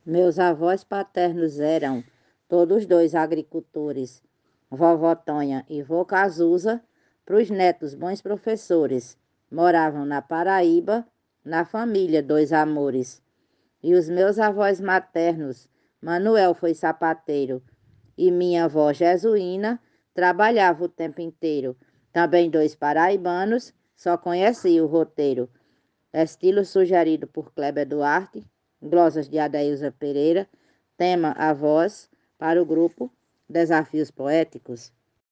Meus avós paternos eram todos dois agricultores, vovó Tonha e vô Cazuza, para os netos bons professores. Moravam na Paraíba, na família Dois Amores. E os meus avós maternos, Manuel foi sapateiro e minha avó Jesuína trabalhava o tempo inteiro. Também dois paraibanos, só conhecia o roteiro. Estilo sugerido por Kleber Duarte, glosas de Adailza Pereira, tema a voz para o grupo Desafios Poéticos.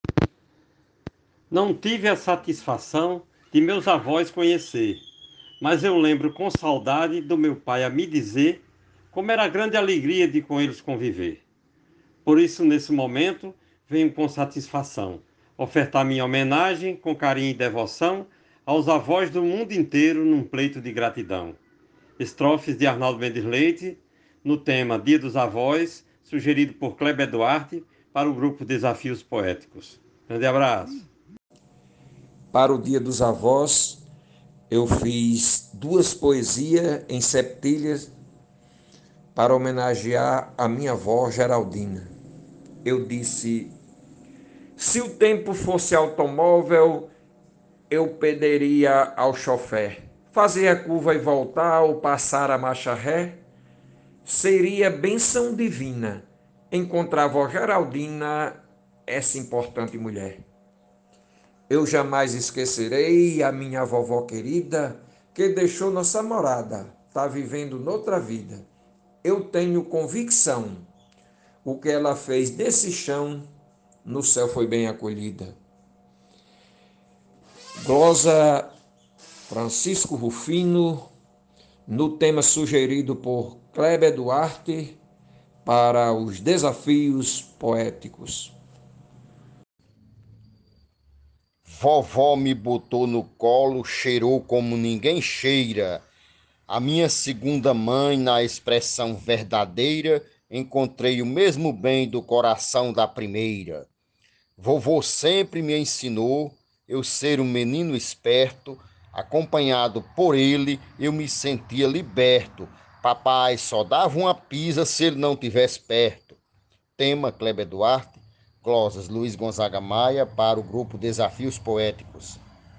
Não tive a satisfação de meus avós conhecer, mas eu lembro com saudade do meu pai a me dizer como era a grande alegria de com eles conviver. Por isso, nesse momento, venho com satisfação ofertar minha homenagem com carinho e devoção aos avós do mundo inteiro num pleito de gratidão. Estrofes de Arnaldo Mendes Leite, no tema Dia dos Avós, sugerido por Kleber Duarte para o grupo Desafios Poéticos. Grande abraço. Para o Dia dos Avós, eu fiz duas poesias em septilhas para homenagear a minha avó Geraldina. Eu disse: se o tempo fosse automóvel, eu pediria ao chofer fazer a curva e voltar ou passar a marcha ré. Seria bênção divina encontrar a avó Geraldina, essa importante mulher. Eu jamais esquecerei a minha vovó querida, que deixou nossa morada, está vivendo noutra vida. Eu tenho convicção, o que ela fez desse chão, no céu foi bem acolhida. Glosa Francisco Rufino, no tema sugerido por Kleber Duarte, para os desafios poéticos. Vovó me botou no colo, cheirou como ninguém cheira. A minha segunda mãe, na expressão verdadeira, encontrei o mesmo bem do coração da primeira. Vovô sempre me ensinou eu ser um menino esperto, acompanhado por ele, eu me sentia liberto. Papai só dava uma pisa se ele não tivesse perto. Tema Kleber Duarte, glosas Luiz Gonzaga Maia para o grupo Desafios Poéticos.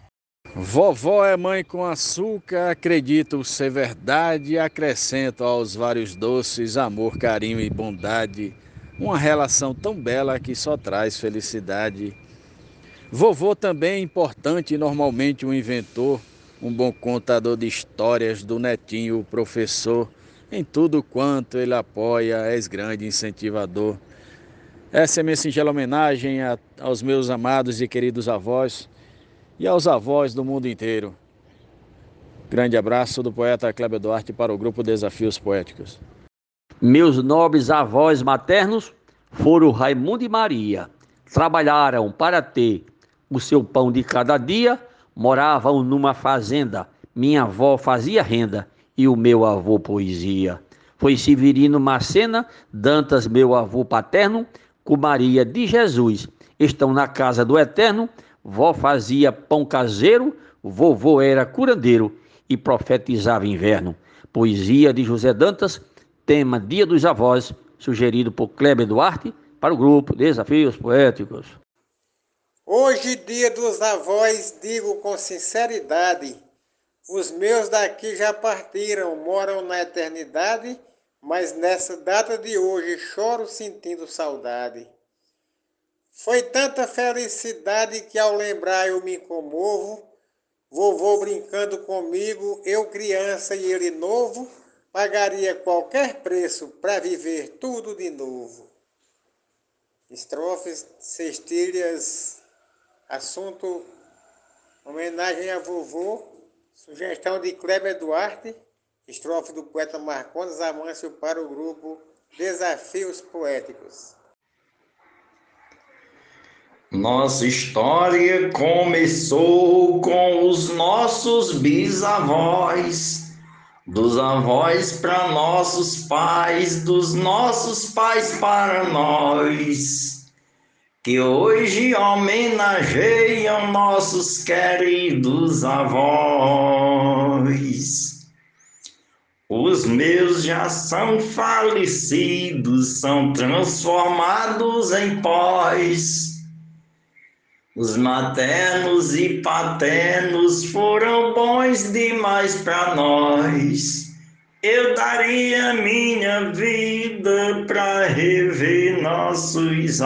Vovó é mãe com açúcar, acredito ser verdade, acrescento aos vários doces amor, carinho e bondade, uma relação tão bela que só traz felicidade. Vovô também é importante, normalmente um inventor, um bom contador de histórias do netinho, o professor, em tudo quanto ele apoia, és grande incentivador. Essa é minha singela homenagem aos meus amados e queridos avós e aos avós do mundo inteiro. Grande abraço do poeta Kleber Duarte para o grupo Desafios Poéticos. Meus nobres avós maternos foram Raimundo e Maria. Trabalharam para ter o seu pão de cada dia, moravam numa fazenda. Minha avó fazia renda e o meu avô poesia. Foi Severino Macena, Dantas, meu avô paterno, com Maria de Jesus. Estão na casa do Eterno. Vó fazia pão caseiro, vovô era curandeiro e profetizava inverno. Poesia de José Dantas, tema Dia dos Avós, sugerido por Kleber Duarte, para o grupo Desafios Poéticos. Hoje, Dia dos Avós, digo com sinceridade, os meus daqui já partiram, moram na eternidade, mas nessa data de hoje choro sentindo saudade. Foi tanta felicidade que ao lembrar eu me comovo, vovô brincando comigo, eu criança e ele novo, pagaria qualquer preço para viver tudo de novo. Estrofes, cestilhas, assunto, homenagem a vovô, sugestão de Kleber Duarte, estrofe do poeta Marcondes Amâncio para o grupo Desafios Poéticos. Nossa história começou com os nossos bisavós, dos avós para nossos pais, dos nossos pais para nós, que hoje homenageiam nossos queridos avós. Os meus já são falecidos, são transformados em pós. Os maternos e paternos foram bons demais para nós. Eu daria minha vida para rever nossos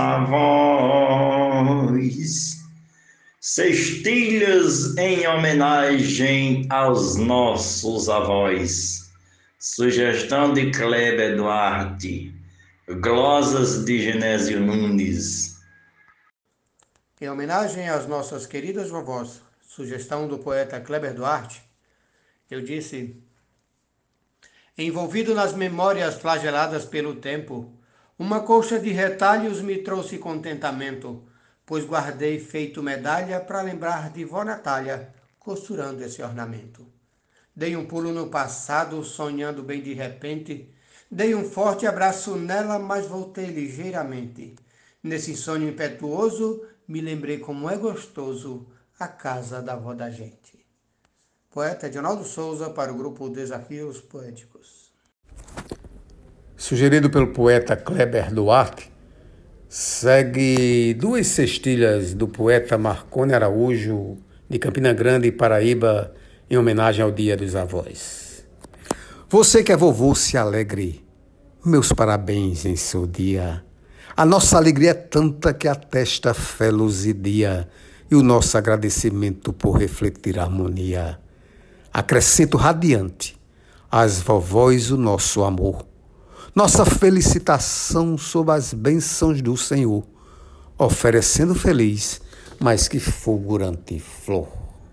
avós. Cestilhas em homenagem aos nossos avós. Sugestão de Kleber Duarte. Glosas de Genésio Nunes. Em homenagem às nossas queridas vovós, sugestão do poeta Kleber Duarte, eu disse: envolvido nas memórias flageladas pelo tempo, uma colcha de retalhos me trouxe contentamento, pois guardei feito medalha para lembrar de vó Natália, costurando esse ornamento. Dei um pulo no passado, sonhando bem de repente, dei um forte abraço nela, mas voltei ligeiramente. Nesse sonho impetuoso, me lembrei como é gostoso a casa da avó da gente. Poeta Edinaldo Souza para o grupo Desafios Poéticos. Sugerido pelo poeta Kleber Duarte, segue duas cestilhas do poeta Marconi Araújo, de Campina Grande, Paraíba, em homenagem ao Dia dos Avós. Você que é vovô, se alegre. Meus parabéns em seu dia. A nossa alegria é tanta que atesta fé, luz e dia, e o nosso agradecimento por refletir a harmonia. Acrescento radiante às vovós o nosso amor, nossa felicitação sob as bênçãos do Senhor, oferecendo feliz, mais que fulgurante flor.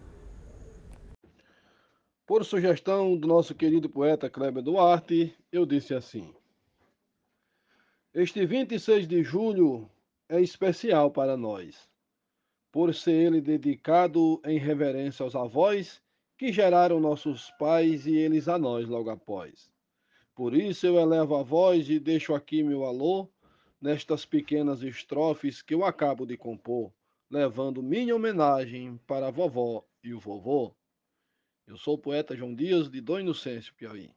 Por sugestão do nosso querido poeta Kleber Duarte, eu disse assim: este 26 de julho é especial para nós, por ser ele dedicado em reverência aos avós que geraram nossos pais e eles a nós logo após. Por isso eu elevo a voz e deixo aqui meu alô nestas pequenas estrofes que eu acabo de compor, levando minha homenagem para a vovó e o vovô. Eu sou o poeta João Dias, de Dom Inocêncio, Piauí.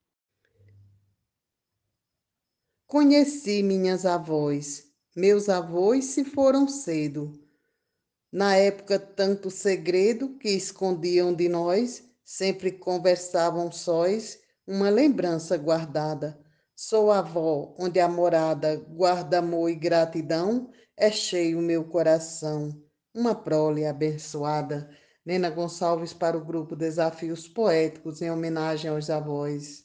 Conheci minhas avós, meus avós se foram cedo. Na época, tanto segredo que escondiam de nós, sempre conversavam sós, uma lembrança guardada. Sou avó, onde a morada guarda amor e gratidão, é cheio meu coração. Uma prole abençoada. Nena Gonçalves para o grupo Desafios Poéticos, em homenagem aos avós.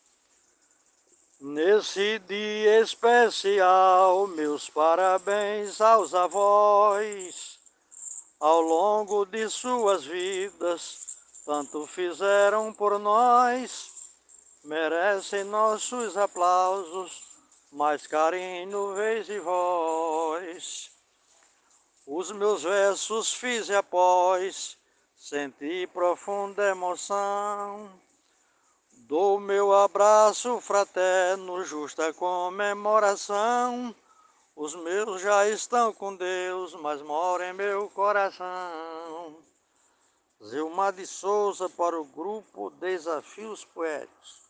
Nesse dia especial, meus parabéns aos avós. Ao longo de suas vidas, tanto fizeram por nós. Merecem nossos aplausos, mais carinho, vez e voz. Os meus versos fiz após, senti profunda emoção. Dou meu abraço fraterno, justa comemoração. Os meus já estão com Deus, mas moram em meu coração. Zilmar de Souza para o grupo Desafios Poéticos.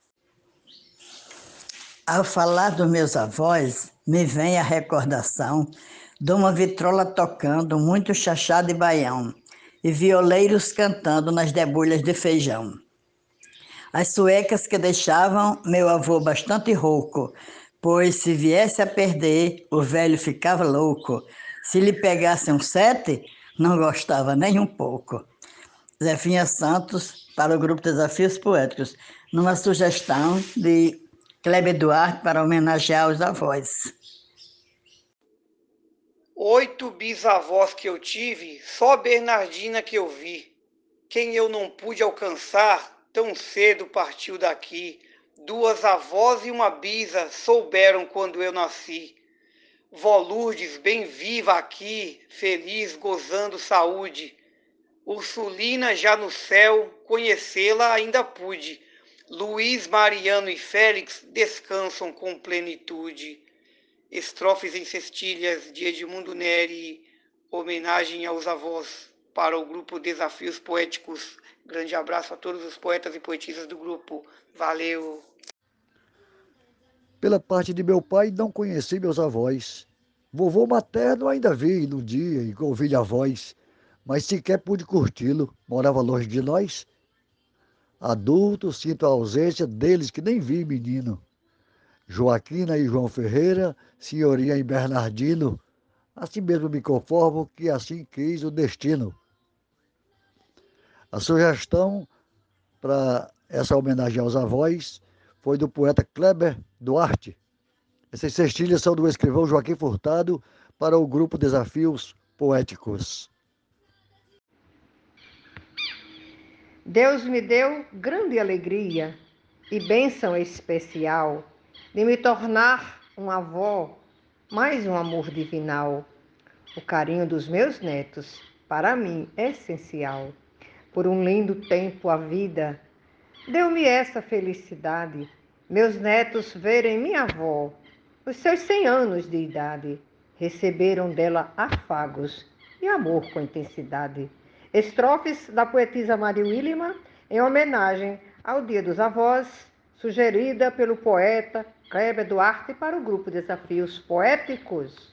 Ao falar dos meus avós, me vem a recordação de uma vitrola tocando muito chachado e baião, e violeiros cantando nas debulhas de feijão. As suecas que deixavam meu avô bastante rouco, pois se viesse a perder, o velho ficava louco. Se lhe pegasse um 7, não gostava nem um pouco. Zefinha Santos, para o grupo Desafios Poéticos, numa sugestão de Kleber Duarte para homenagear os avós. 8 bisavós que eu tive, só Bernardina que eu vi. Quem eu não pude alcançar, tão cedo partiu daqui. 2 avós e uma bisa souberam quando eu nasci. Vó Lourdes, bem viva aqui, feliz, gozando saúde. Ursulina já no céu, conhecê-la ainda pude. Luiz, Mariano e Félix descansam com plenitude. Estrofes em cestilhas de Edmundo Neri, homenagem aos avós, para o grupo Desafios Poéticos Grande abraço a todos os poetas e poetisas do grupo. Valeu! Pela parte de meu pai, não conheci meus avós. Vovô materno ainda vi no dia e ouvi a voz, mas sequer pude curti-lo, morava longe de nós. Adulto, sinto a ausência deles que nem vi menino. Joaquina e João Ferreira, senhoria em Bernardino, assim mesmo me conformo que assim quis o destino. A sugestão para essa homenagem aos avós foi do poeta Kleber Duarte. Essas cestilhas são do escrivão Joaquim Furtado para o grupo Desafios Poéticos. Deus me deu grande alegria e bênção especial de me tornar uma avó, mais um amor divinal. O carinho dos meus netos, para mim, é essencial. Por um lindo tempo a vida deu-me essa felicidade, meus netos verem minha avó, os seus 100 anos de idade, receberam dela afagos e amor com intensidade. Estrofes da poetisa Maria Willima, em homenagem ao Dia dos Avós, sugerida pelo poeta Kleber Duarte para o grupo Desafios Poéticos.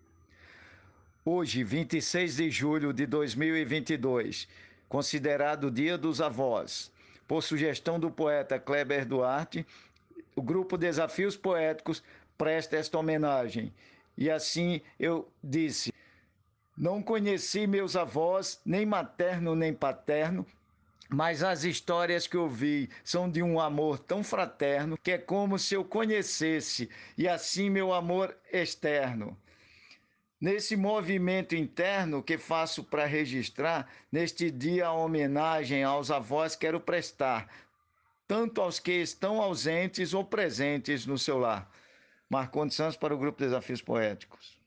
Hoje, 26 de julho de 2022, considerado o Dia dos Avós, por sugestão do poeta Kleber Duarte, o grupo Desafios Poéticos presta esta homenagem. E assim eu disse: não conheci meus avós, nem materno nem paterno, mas as histórias que ouvi são de um amor tão fraterno que é como se eu conhecesse, e assim meu amor externo. Nesse movimento interno que faço para registrar, neste dia a homenagem aos avós quero prestar, tanto aos que estão ausentes ou presentes no seu lar. Marcondes Santos para o Grupo Desafios Poéticos.